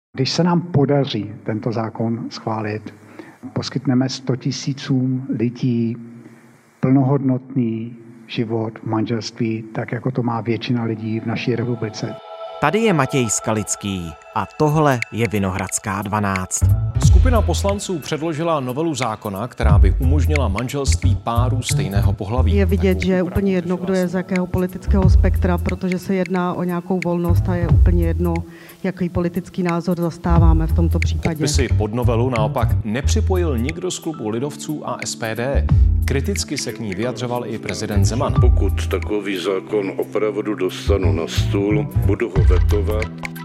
Když se nám podaří tento zákon schválit, poskytneme 100 000 lidí plnohodnotný život v manželství, tak jako to má většina lidí v naší republice. Tady je Matěj Skalický a tohle je Vinohradská 12. Skupina poslanců předložila novelu zákona, která by umožnila manželství párů stejného pohlaví. Je vidět, že je úplně jedno, kdo je z jakého politického spektra, protože se jedná o nějakou volnost a je úplně jedno, jaký politický názor zastáváme v tomto případě. Podpisy pod novelu naopak nepřipojil nikdo z klubu lidovců a SPD. Kriticky se k ní vyjadřoval i prezident Zeman. Pokud takový zákon opravdu dostanu na stůl, budu ho vetovat.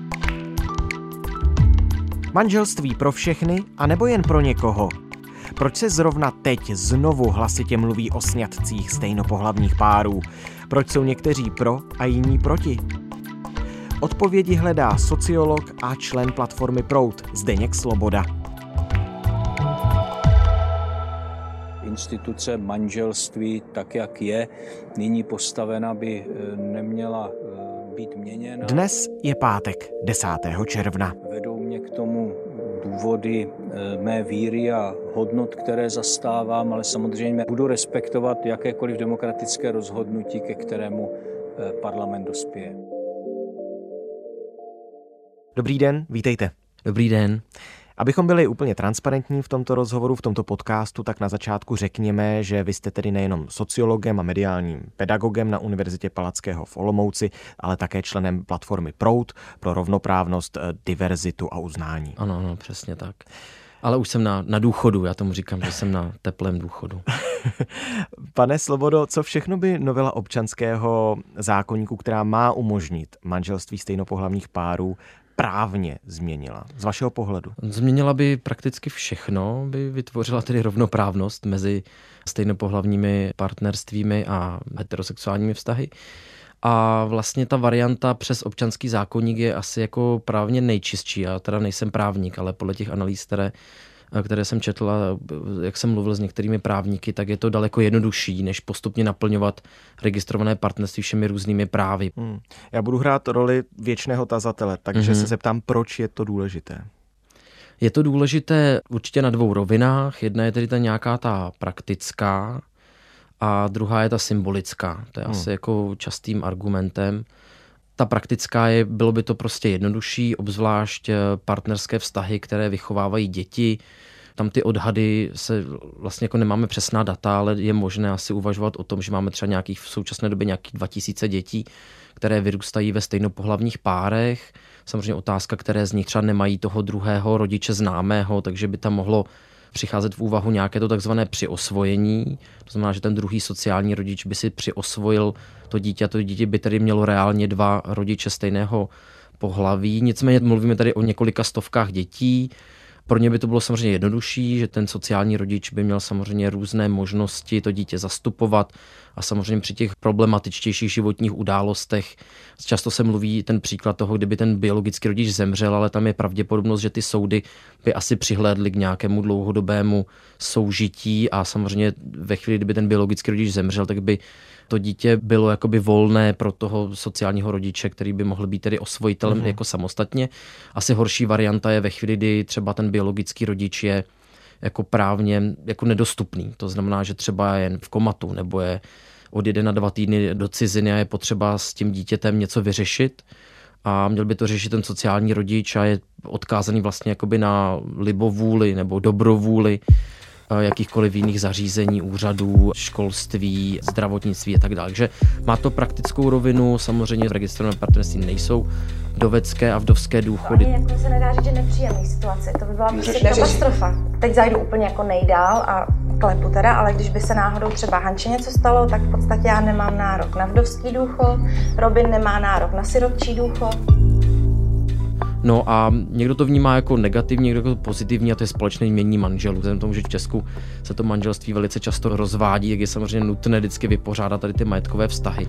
Manželství pro všechny, anebo jen pro někoho? Proč se zrovna teď znovu hlasitě mluví o sňatcích stejnopohlavních párů? Proč jsou někteří pro a jiní proti? Odpovědi hledá sociolog a člen platformy Proud Zdeněk Sloboda. Instituce manželství, tak jak je nyní postavena, by neměla být měněna. Dnes je pátek, 10. června. Vedou mě k tomu důvody mé víry a hodnot, které zastávám, ale samozřejmě budu respektovat jakékoliv demokratické rozhodnutí, ke kterému parlament dospěje. Dobrý den, vítejte. Dobrý den. Abychom byli úplně transparentní v tomto rozhovoru, v tomto podcastu, tak na začátku řekněme, že vy jste tedy nejenom sociologem a mediálním pedagogem na Univerzitě Palackého v Olomouci, ale také členem platformy Proud pro rovnoprávnost, diverzitu a uznání. Ano, přesně tak. Ale už jsem na důchodu, já tomu říkám, že jsem na teplém důchodu. Pane Slobodo, co všechno by novela občanského zákoníku, která má umožnit manželství stejnopohlavních párů, právně změnila z vašeho pohledu? Změnila by prakticky všechno, by vytvořila tedy rovnoprávnost mezi stejnopohlavními partnerstvími a heterosexuálními vztahy. A vlastně ta varianta přes občanský zákoník je asi jako právně nejčistší. Já teda nejsem právník, ale podle těch analýz, které jsem četl a jak jsem mluvil s některými právníky, tak je to daleko jednodušší, než postupně naplňovat registrované partnerství všemi různými právy. Já budu hrát roli věčného tazatele, takže se zeptám, proč je to důležité? Je to důležité určitě na dvou rovinách. Jedna je tedy ta nějaká ta praktická a druhá je ta symbolická. To je asi jako častým argumentem. Ta praktická je, bylo by to prostě jednodušší, obzvlášť partnerské vztahy, které vychovávají děti. Tam ty odhady se vlastně jako nemáme přesná data, ale je možné asi uvažovat o tom, že máme třeba nějakých v současné době nějakých 2000 dětí, které vyrůstají ve stejnopohlavních párech. Samozřejmě otázka, které z nich třeba nemají toho druhého rodiče známého, takže by tam mohlo přicházet v úvahu nějaké to takzvané přiosvojení. To znamená, že ten druhý sociální rodič by si přiosvojil to dítě a to dítě by tedy mělo reálně dva rodiče stejného pohlaví. Nicméně mluvíme tady o několika stovkách dětí. Pro ně by to bylo samozřejmě jednodušší, že ten sociální rodič by měl samozřejmě různé možnosti to dítě zastupovat a samozřejmě při těch problematičtějších životních událostech často se mluví ten příklad toho, kdyby ten biologický rodič zemřel, ale tam je pravděpodobnost, že ty soudy by asi přihlédly k nějakému dlouhodobému soužití a samozřejmě ve chvíli, kdyby ten biologický rodič zemřel, tak by to dítě bylo jakoby volné pro toho sociálního rodiče, který by mohl být tedy osvojitelem jako samostatně. Asi horší varianta je ve chvíli, kdy třeba ten biologický rodič je jako právně jako nedostupný. To znamená, že třeba je v komatu nebo je od 1 na 2 týdny do ciziny a je potřeba s tím dítětem něco vyřešit. A měl by to řešit ten sociální rodič a je odkázaný vlastně jakoby na libovůli nebo dobrovůli jakýchkoliv jiných zařízení, úřadů, školství, zdravotnictví a tak dále. Takže má to praktickou rovinu, samozřejmě registrované partnerství nejsou vdovecké a vdovské důchody. Ani jako se nedá říct, že nepříjemný situace, to by byla prostě katastrofa. Teď zajdu úplně jako nejdál a klepu teda, ale když by se náhodou třeba Hanče něco stalo, tak v podstatě já nemám nárok na vdovský důchod, Robin nemá nárok na sirotčí důchod. No a někdo to vnímá jako negativní, někdo jako pozitivní a to je společné jmění manželů. Vzhledem k tomu, že v Česku se to manželství velice často rozvádí, jak je samozřejmě nutné vždycky vypořádat tady ty majetkové vztahy.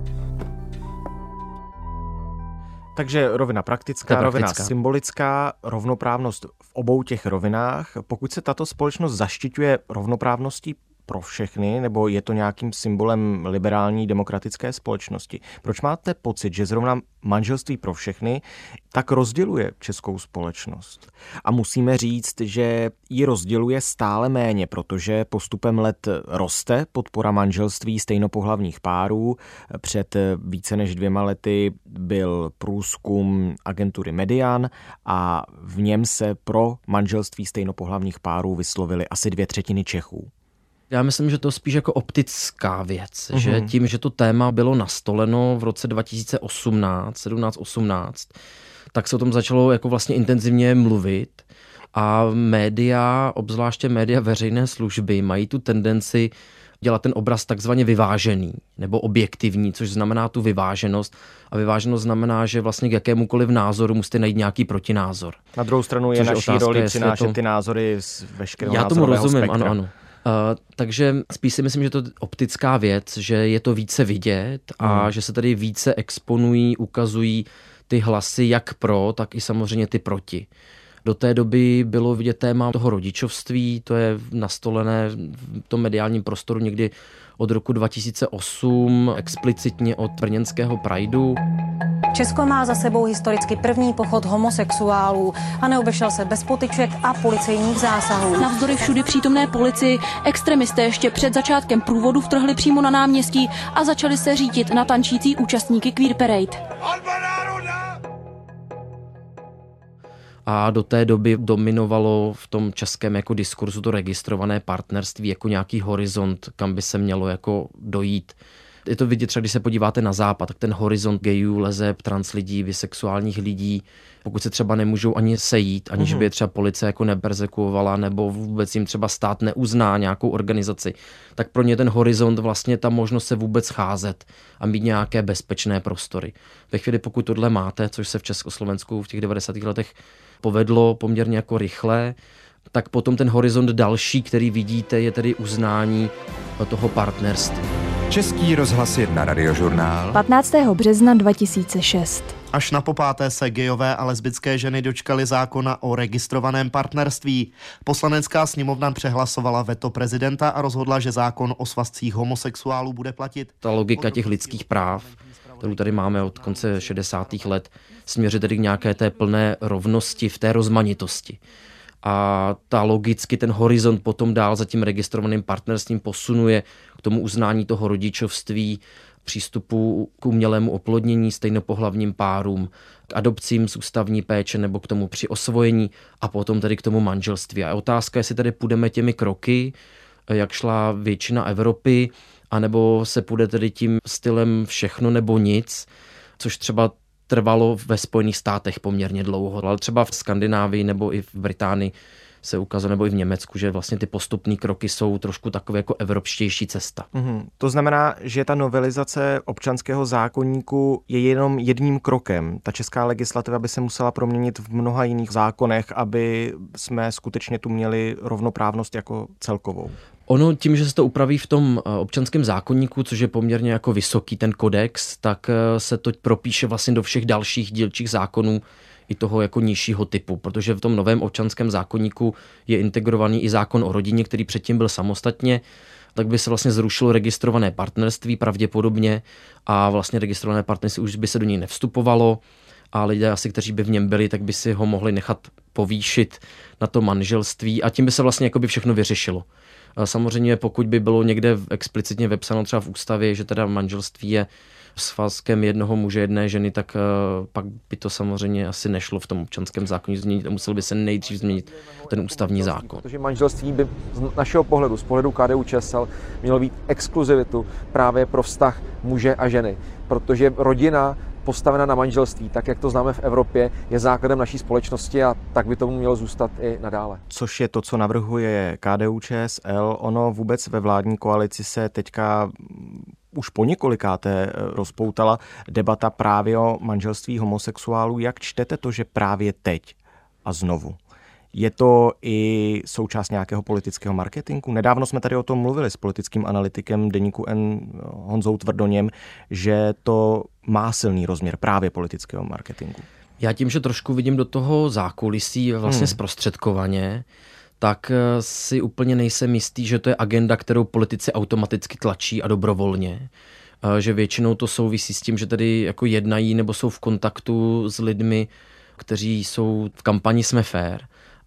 Takže rovina praktická, rovina symbolická, rovnoprávnost v obou těch rovinách. Pokud se tato společnost zaštiťuje rovnoprávností pro všechny, nebo je to nějakým symbolem liberální demokratické společnosti? Proč máte pocit, že zrovna manželství pro všechny tak rozděluje českou společnost? A musíme říct, že ji rozděluje stále méně, protože postupem let roste podpora manželství stejnopohlavních párů. Před více než 2 lety byl průzkum agentury Median a v něm se pro manželství stejnopohlavních párů vyslovili asi 2/3 Čechů. Já myslím, že to spíš jako optická věc, že tím, že to téma bylo nastoleno v roce 2018, 17-18, tak se o tom začalo jako vlastně intenzivně mluvit a média, obzvláště média veřejné služby, mají tu tendenci dělat ten obraz takzvaně vyvážený nebo objektivní, což znamená tu vyváženost. A vyváženost znamená, že vlastně k jakémukoliv názoru musíte najít nějaký protinázor. Na druhou stranu je naší roli přinášet ty názory z veškerého názorového Já tomu rozumím, spektra. ano. Takže spíš si myslím, že to je optická věc, že je to více vidět a že se tady více exponují, ukazují ty hlasy jak pro, tak i samozřejmě ty proti. Do té doby bylo vidět téma toho rodičovství, to je nastolené v tom mediálním prostoru někdy od roku 2008, explicitně od brněnského Prideu. Česko má za sebou historicky první pochod homosexuálů a neobešel se bez potyček a policejních zásahů. Navzdory všudy přítomné policii extremisté ještě před začátkem průvodu vtrhli přímo na náměstí a začali se řídit na tančící účastníky Queer Parade. A do té doby dominovalo v tom českém jako diskurzu to registrované partnerství jako nějaký horizont, kam by se mělo jako dojít. Je to vidět třeba, když se podíváte na západ, tak ten horizont gayů, leseb, trans lidí, bisexuálních lidí, pokud se třeba nemůžou ani sejít, aniž by je třeba policie jako neperzekuovala nebo vůbec jim třeba stát neuzná nějakou organizaci, tak pro ně ten horizont vlastně ta možnost se vůbec scházet a mít nějaké bezpečné prostory. Ve chvíli, pokud tohle máte, což se v Československu v těch 90. letech povedlo poměrně jako rychle, tak potom ten horizont další, který vidíte, je tedy uznání toho partnerství. Český rozhlas 1 Radiožurnál 15. března 2006. Až na popáté se gayové a lesbické ženy dočkaly zákona o registrovaném partnerství. Poslanecká sněmovna přehlasovala veto prezidenta a rozhodla, že zákon o svazcích homosexuálů bude platit. Ta logika těch lidských práv, kterou tady máme od konce 60. let, směřuje tedy k nějaké té plné rovnosti v té rozmanitosti. A ta logicky ten horizont potom dál za tím registrovaným partnerstvím posunuje k tomu uznání toho rodičovství, přístupu k umělému oplodnění stejnopohlavním párům, k adopcím z ústavní péče nebo k tomu při osvojení a potom tedy k tomu manželství. A otázka, jestli tedy půjdeme těmi kroky, jak šla většina Evropy, anebo se půjde tedy tím stylem všechno nebo nic, což třeba trvalo ve Spojených státech poměrně dlouho, ale třeba v Skandinávii nebo i v Británii se ukazuje, nebo i v Německu, že vlastně ty postupné kroky jsou trošku takové jako evropštější cesta. To znamená, že ta novelizace občanského zákoníku je jenom jedním krokem. Ta česká legislativa by se musela proměnit v mnoha jiných zákonech, aby jsme skutečně tu měli rovnoprávnost jako celkovou. Ono tím, že se to upraví v tom občanském zákoníku, což je poměrně jako vysoký ten kodex, tak se to propíše vlastně do všech dalších dílčích zákonů i toho jako nižšího typu, protože v tom novém občanském zákoníku je integrovaný i zákon o rodině, který předtím byl samostatně, tak by se vlastně zrušilo registrované partnerství pravděpodobně a vlastně registrované partnerství už by se do něj nevstupovalo a lidé asi, kteří by v něm byli, tak by si ho mohli nechat povýšit na to manželství a tím by se vlastně jako by všechno vyřešilo. Samozřejmě pokud by bylo někde explicitně vepsáno třeba v ústavě, že teda manželství je svazkem jednoho muže, jedné ženy, tak pak by to samozřejmě asi nešlo v tom občanském zákoně změnit a musel by se nejdřív změnit ten ústavní zákon. Protože manželství by z našeho pohledu, z pohledu KDU-ČSL, mělo být exkluzivitu právě pro vztah muže a ženy, protože rodina postavená na manželství, tak jak to známe v Evropě, je základem naší společnosti a tak by tomu mělo zůstat i nadále. Což je to, co navrhuje KDU-ČSL. Ono vůbec ve vládní koalici se teďka už po několikáté rozpoutala debata právě o manželství homosexuálů. Jak čtete to, že právě teď a znovu? Je to i součást nějakého politického marketingu? Nedávno jsme tady o tom mluvili s politickým analytikem deníku N Honzou Tvrdoněm, že to má silný rozměr právě politického marketingu. Já tím, že trošku vidím do toho zákulisí vlastně zprostředkovaně, tak si úplně nejsem jistý, že to je agenda, kterou politici automaticky tlačí a dobrovolně. Že většinou to souvisí s tím, že tady jako jednají nebo jsou v kontaktu s lidmi, kteří jsou v kampani Jsme fér.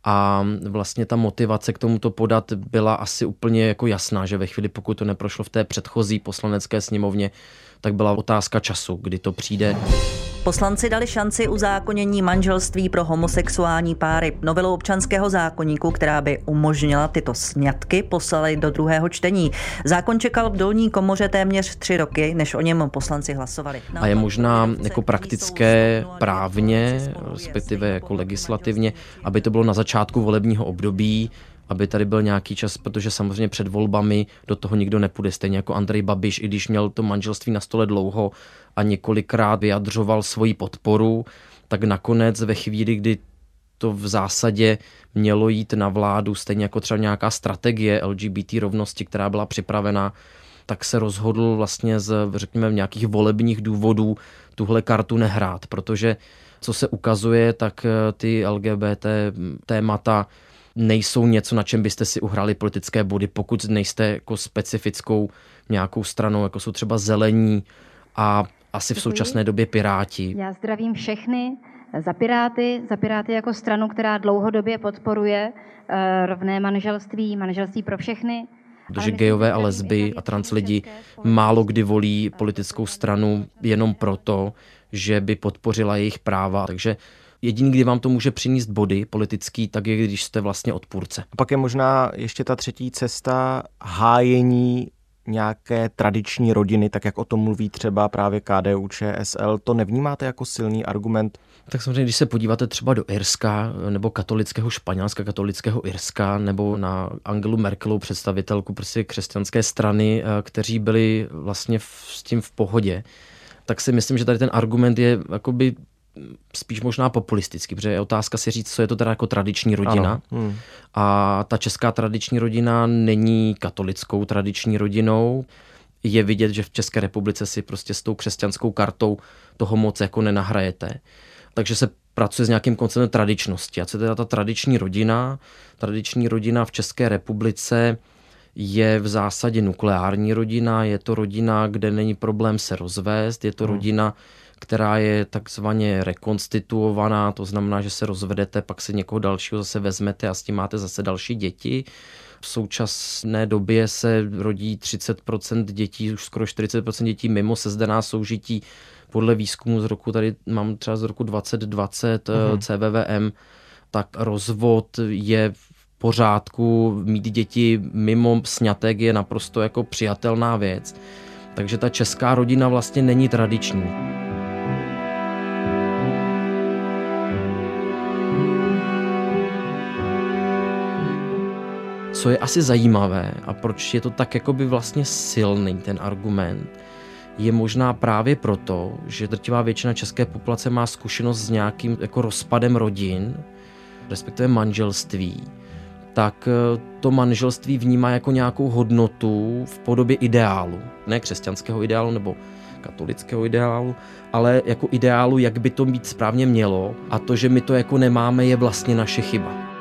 A vlastně ta motivace k tomuto podat byla asi úplně jako jasná, že ve chvíli, pokud to neprošlo v té předchozí poslanecké sněmovně, tak byla otázka času, kdy to přijde. Poslanci dali šanci uzákonění manželství pro homosexuální páry. Novelu občanského zákoníku, která by umožnila tyto sňatky, poslali do druhého čtení. Zákon čekal v dolní komoře téměř 3 roky, než o něm poslanci hlasovali. A je možná jako praktické právně, respektive jako legislativně, aby to bylo na začátku volebního období, aby tady byl nějaký čas, protože samozřejmě před volbami do toho nikdo nepůjde. Stejně jako Andrej Babiš, i když měl to manželství na stole dlouho a několikrát vyjadřoval svoji podporu, tak nakonec ve chvíli, kdy to v zásadě mělo jít na vládu, stejně jako třeba nějaká strategie LGBT rovnosti, která byla připravena, tak se rozhodl vlastně řekněme, nějakých volebních důvodů tuhle kartu nehrát, protože co se ukazuje, tak ty LGBT témata nejsou něco, na čem byste si uhrali politické body, pokud nejste jako specifickou nějakou stranou, jako jsou třeba zelení a asi v současné době Piráti. Já zdravím všechny za Piráty jako stranu, která dlouhodobě podporuje rovné manželství pro všechny. Protože gejové a lesby a trans lidi málo kdy volí politickou stranu jenom proto, že by podpořila jejich práva. Takže jediný, kdy vám to může přinést body politický, tak je, když jste vlastně odpůrce. A pak je možná ještě ta třetí cesta hájení nějaké tradiční rodiny, tak jak o tom mluví třeba právě KDU, ČSL. To nevnímáte jako silný argument? Tak samozřejmě, když se podíváte třeba do Irska, nebo katolického Španělska, katolického Irska, nebo na Angelu Merkelovou, představitelku prostě křesťanské strany, kteří byli vlastně s tím v pohodě, tak si myslím, že tady ten argument je jakoby spíš možná populistický, protože je otázka si říct, co je to teda jako tradiční rodina. A ta česká tradiční rodina není katolickou tradiční rodinou. Je vidět, že v České republice si prostě s tou křesťanskou kartou toho moc jako nenahrajete. Takže se pracuje s nějakým konceptem tradičnosti. A co je teda ta tradiční rodina? Tradiční rodina v České republice je v zásadě nukleární rodina, je to rodina, kde není problém se rozvést, je to rodina, která je takzvaně rekonstituovaná, to znamená, že se rozvedete, pak se někoho dalšího zase vezmete a s tím máte zase další děti. V současné době se rodí 30% dětí, už skoro 40% dětí mimo sezdaná soužití. Podle výzkumu z roku, tady mám třeba z roku 2020 CVVM, tak rozvod je v pořádku, mít děti mimo sňatek je naprosto jako přijatelná věc. Takže ta česká rodina vlastně není tradiční. Co je asi zajímavé a proč je to tak jakoby vlastně silný ten argument, je možná právě proto, že drtivá většina české populace má zkušenost s nějakým jako rozpadem rodin, respektive manželství, tak to manželství vnímá jako nějakou hodnotu v podobě ideálu. Ne křesťanského ideálu nebo katolického ideálu, ale jako ideálu, jak by to být správně mělo, a to, že my to jako nemáme, je vlastně naše chyba.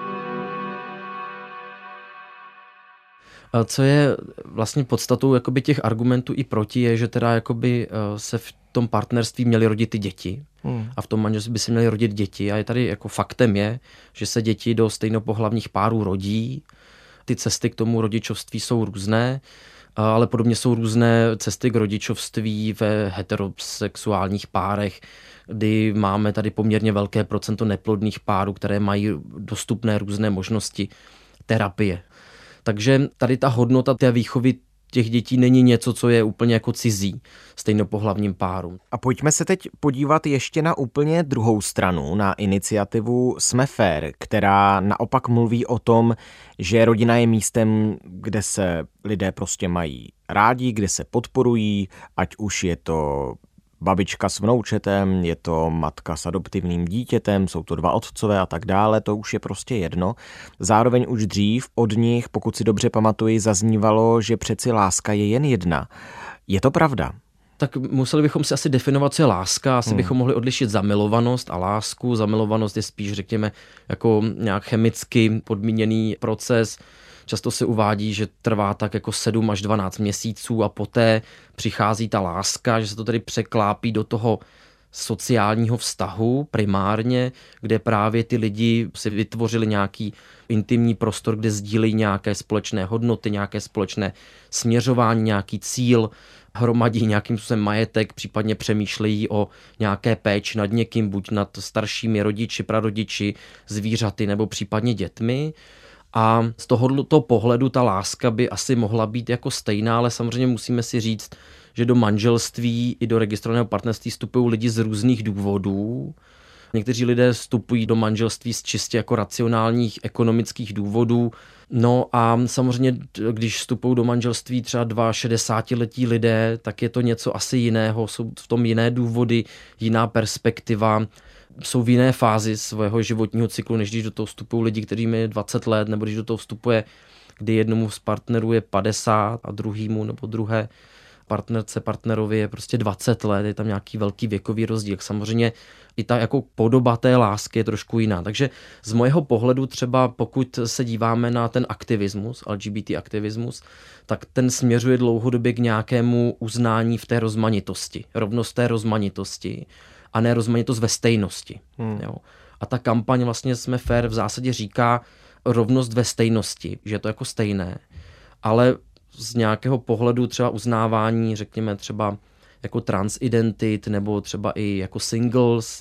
Co je vlastně podstatou jakoby těch argumentů i proti, je, že teda jakoby se v tom partnerství měly rodit ty děti a v tom manželství by se měly rodit děti. A je tady jako faktem je, že se děti do stejnopohlavních párů rodí. Ty cesty k tomu rodičovství jsou různé, ale podobně jsou různé cesty k rodičovství ve heterosexuálních párech, kdy máme tady poměrně velké procento neplodných párů, které mají dostupné různé možnosti terapie. Takže tady ta hodnota té výchovy těch dětí není něco, co je úplně jako cizí stejnopohlavním párům. A pojďme se teď podívat ještě na úplně druhou stranu, na iniciativu Jsme fér, která naopak mluví o tom, že rodina je místem, kde se lidé prostě mají rádi, kde se podporují, ať už je to babička s vnoučetem, je to matka s adoptivním dítětem, jsou to 2 otcové a tak dále, to už je prostě jedno. Zároveň už dřív od nich, pokud si dobře pamatuji, zaznívalo, že přeci láska je jen jedna. Je to pravda? Tak museli bychom si asi definovat, co je láska. Asi bychom mohli odlišit zamilovanost a lásku. Zamilovanost je spíš, řekněme, jako nějak chemicky podmíněný proces. Často se uvádí, že trvá tak jako 7 až 12 měsíců a poté přichází ta láska, že se to tedy překlápí do toho sociálního vztahu primárně, kde právě ty lidi si vytvořili nějaký intimní prostor, kde sdílejí nějaké společné hodnoty, nějaké společné směřování, nějaký cíl, hromadí nějakým způsobem majetek, případně přemýšlejí o nějaké péči nad někým, buď nad staršími rodiči, prarodiči, zvířaty nebo případně dětmi. A z tohoto pohledu ta láska by asi mohla být jako stejná, ale samozřejmě musíme si říct, že do manželství i do registrovaného partnerství vstupují lidi z různých důvodů. Někteří lidé vstupují do manželství z čistě jako racionálních ekonomických důvodů. No a samozřejmě, když vstupují do manželství třeba 62letí lidé, tak je to něco asi jiného. Jsou v tom jiné důvody, jiná perspektiva. Jsou v jiné fázi svého životního cyklu, než když do toho vstupují lidi, kterým je 20 let, nebo když do toho vstupuje, kdy jednomu z partnerů je 50 a druhýmu nebo druhé partnerovi je prostě 20 let, je tam nějaký velký věkový rozdíl. Samozřejmě i ta jako podoba té lásky je trošku jiná. Takže z mojeho pohledu třeba pokud se díváme na ten aktivismus, LGBT aktivismus, tak ten směřuje dlouhodobě k nějakému uznání v té rozmanitosti, rovnost té rozmanitosti a ne rozmanitost ve stejnosti. Jo. A ta kampaň vlastně Jsme fair v zásadě říká rovnost ve stejnosti, že je to jako stejné, ale z nějakého pohledu třeba uznávání, řekněme třeba jako transidentit nebo třeba i jako singles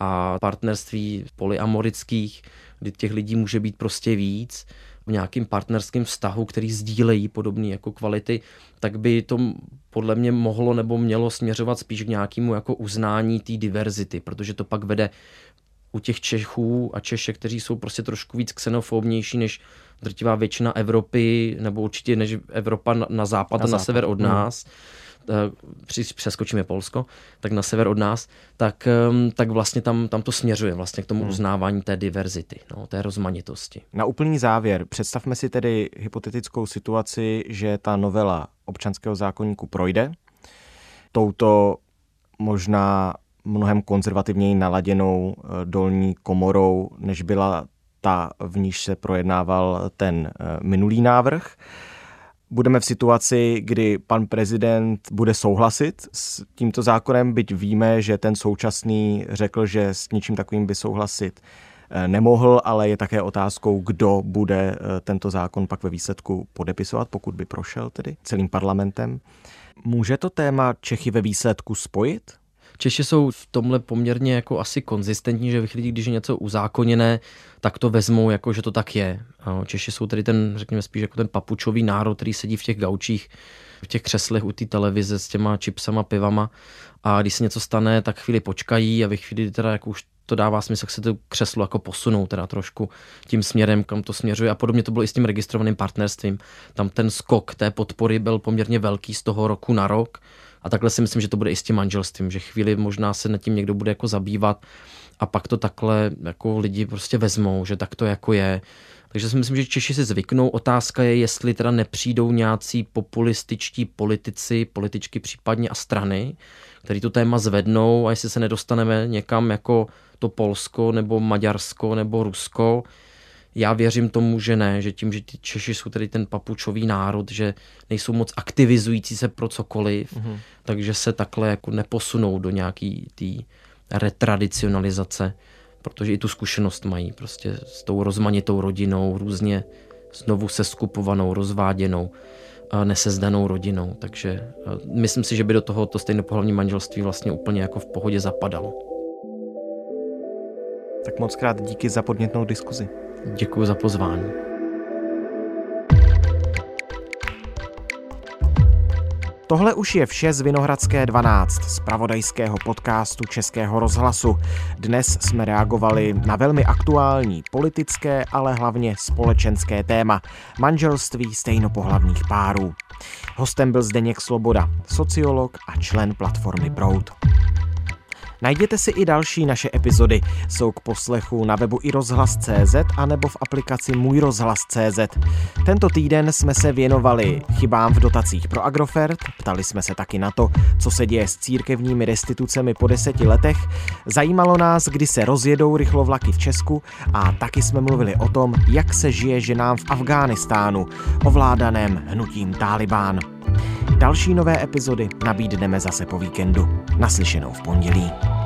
a partnerství polyamorických, kdy těch lidí může být prostě víc v nějakým partnerském vztahu, který sdílejí podobné jako kvality, tak by to podle mě mohlo nebo mělo směřovat spíš k nějakému jako uznání té diverzity, protože to pak vede u těch Čechů a Češek, kteří jsou prostě trošku víc xenofobnější než drtivá většina Evropy, nebo určitě než Evropa na západ a na sever od nás, přeskočíme Polsko, tak na sever od nás, tak vlastně tam to směřuje vlastně k tomu uznávání té diverzity, no, té rozmanitosti. Na úplný závěr, představme si tedy hypotetickou situaci, že ta novela občanského zákoníku projde, touto možná mnohem konzervativněji naladěnou dolní komorou, než byla ta, v níž se projednával ten minulý návrh. Budeme v situaci, kdy pan prezident bude souhlasit s tímto zákonem, byť víme, že ten současný řekl, že s ničím takovým by souhlasit nemohl, ale je také otázkou, kdo bude tento zákon pak ve výsledku podepisovat, pokud by prošel tedy celým parlamentem. Může to téma Čechy ve výsledku spojit? Češi jsou v tomhle poměrně jako asi konzistentní, že ve chvíli, když je něco uzákoněné, tak to vezmou, jako že to tak je. Češi jsou tedy ten, řekněme spíš jako ten papučový národ, který sedí v těch gaučích, v těch křeslech u té televize s těma chipsama, pivama a když se něco stane, tak chvíli počkají a ve chvíli teda jako už to dává smysl, jak se to křeslo jako posunou teda trošku tím směrem, kam to směřuje. A podobně to bylo i s tím registrovaným partnerstvím. Tam ten skok té podpory byl poměrně velký z toho roku na rok. A takhle si myslím, že to bude i s tím manželstvím, že chvíli možná se nad tím někdo bude jako zabývat a pak to takhle jako lidi prostě vezmou, že tak to jako je. Takže si myslím, že Češi si zvyknou. Otázka je, jestli teda nepřijdou nějací populističtí političky případně a strany, který to téma zvednou a jestli se nedostaneme někam jako to Polsko nebo Maďarsko nebo Rusko. Já věřím tomu, že ne, že tím, že ti Češi jsou tedy ten papučový národ, že nejsou moc aktivizující se pro cokoliv, takže se takhle jako neposunou do nějaký té retradicionalizace, protože i tu zkušenost mají prostě s tou rozmanitou rodinou, různě znovu seskupovanou, rozváděnou, nesezdanou rodinou. Takže myslím si, že by do toho to stejnopohlavní manželství vlastně úplně jako v pohodě zapadalo. Tak moc krát díky za podnětnou diskuzi. Děkuji za pozvání. Tohle už je vše z Vinohradské 12, z zpravodajského podcastu Českého rozhlasu. Dnes jsme reagovali na velmi aktuální politické, ale hlavně společenské téma – manželství stejnopohlavních párů. Hostem byl Zdeněk Sloboda, sociolog a člen platformy Proud. Najděte si i další naše epizody. Jsou k poslechu na webu iRozhlas.cz a nebo v aplikaci Můj rozhlas.cz. Tento týden jsme se věnovali chybám v dotacích pro Agrofert, ptali jsme se taky na to, co se děje s církevními restitucemi po 10 letech, zajímalo nás, kdy se rozjedou rychlovlaky v Česku a taky jsme mluvili o tom, jak se žije ženám v Afghánistánu, ovládaném hnutím Tálibán. Další nové epizody nabídneme zase po víkendu. Naslyšenou v pondělí.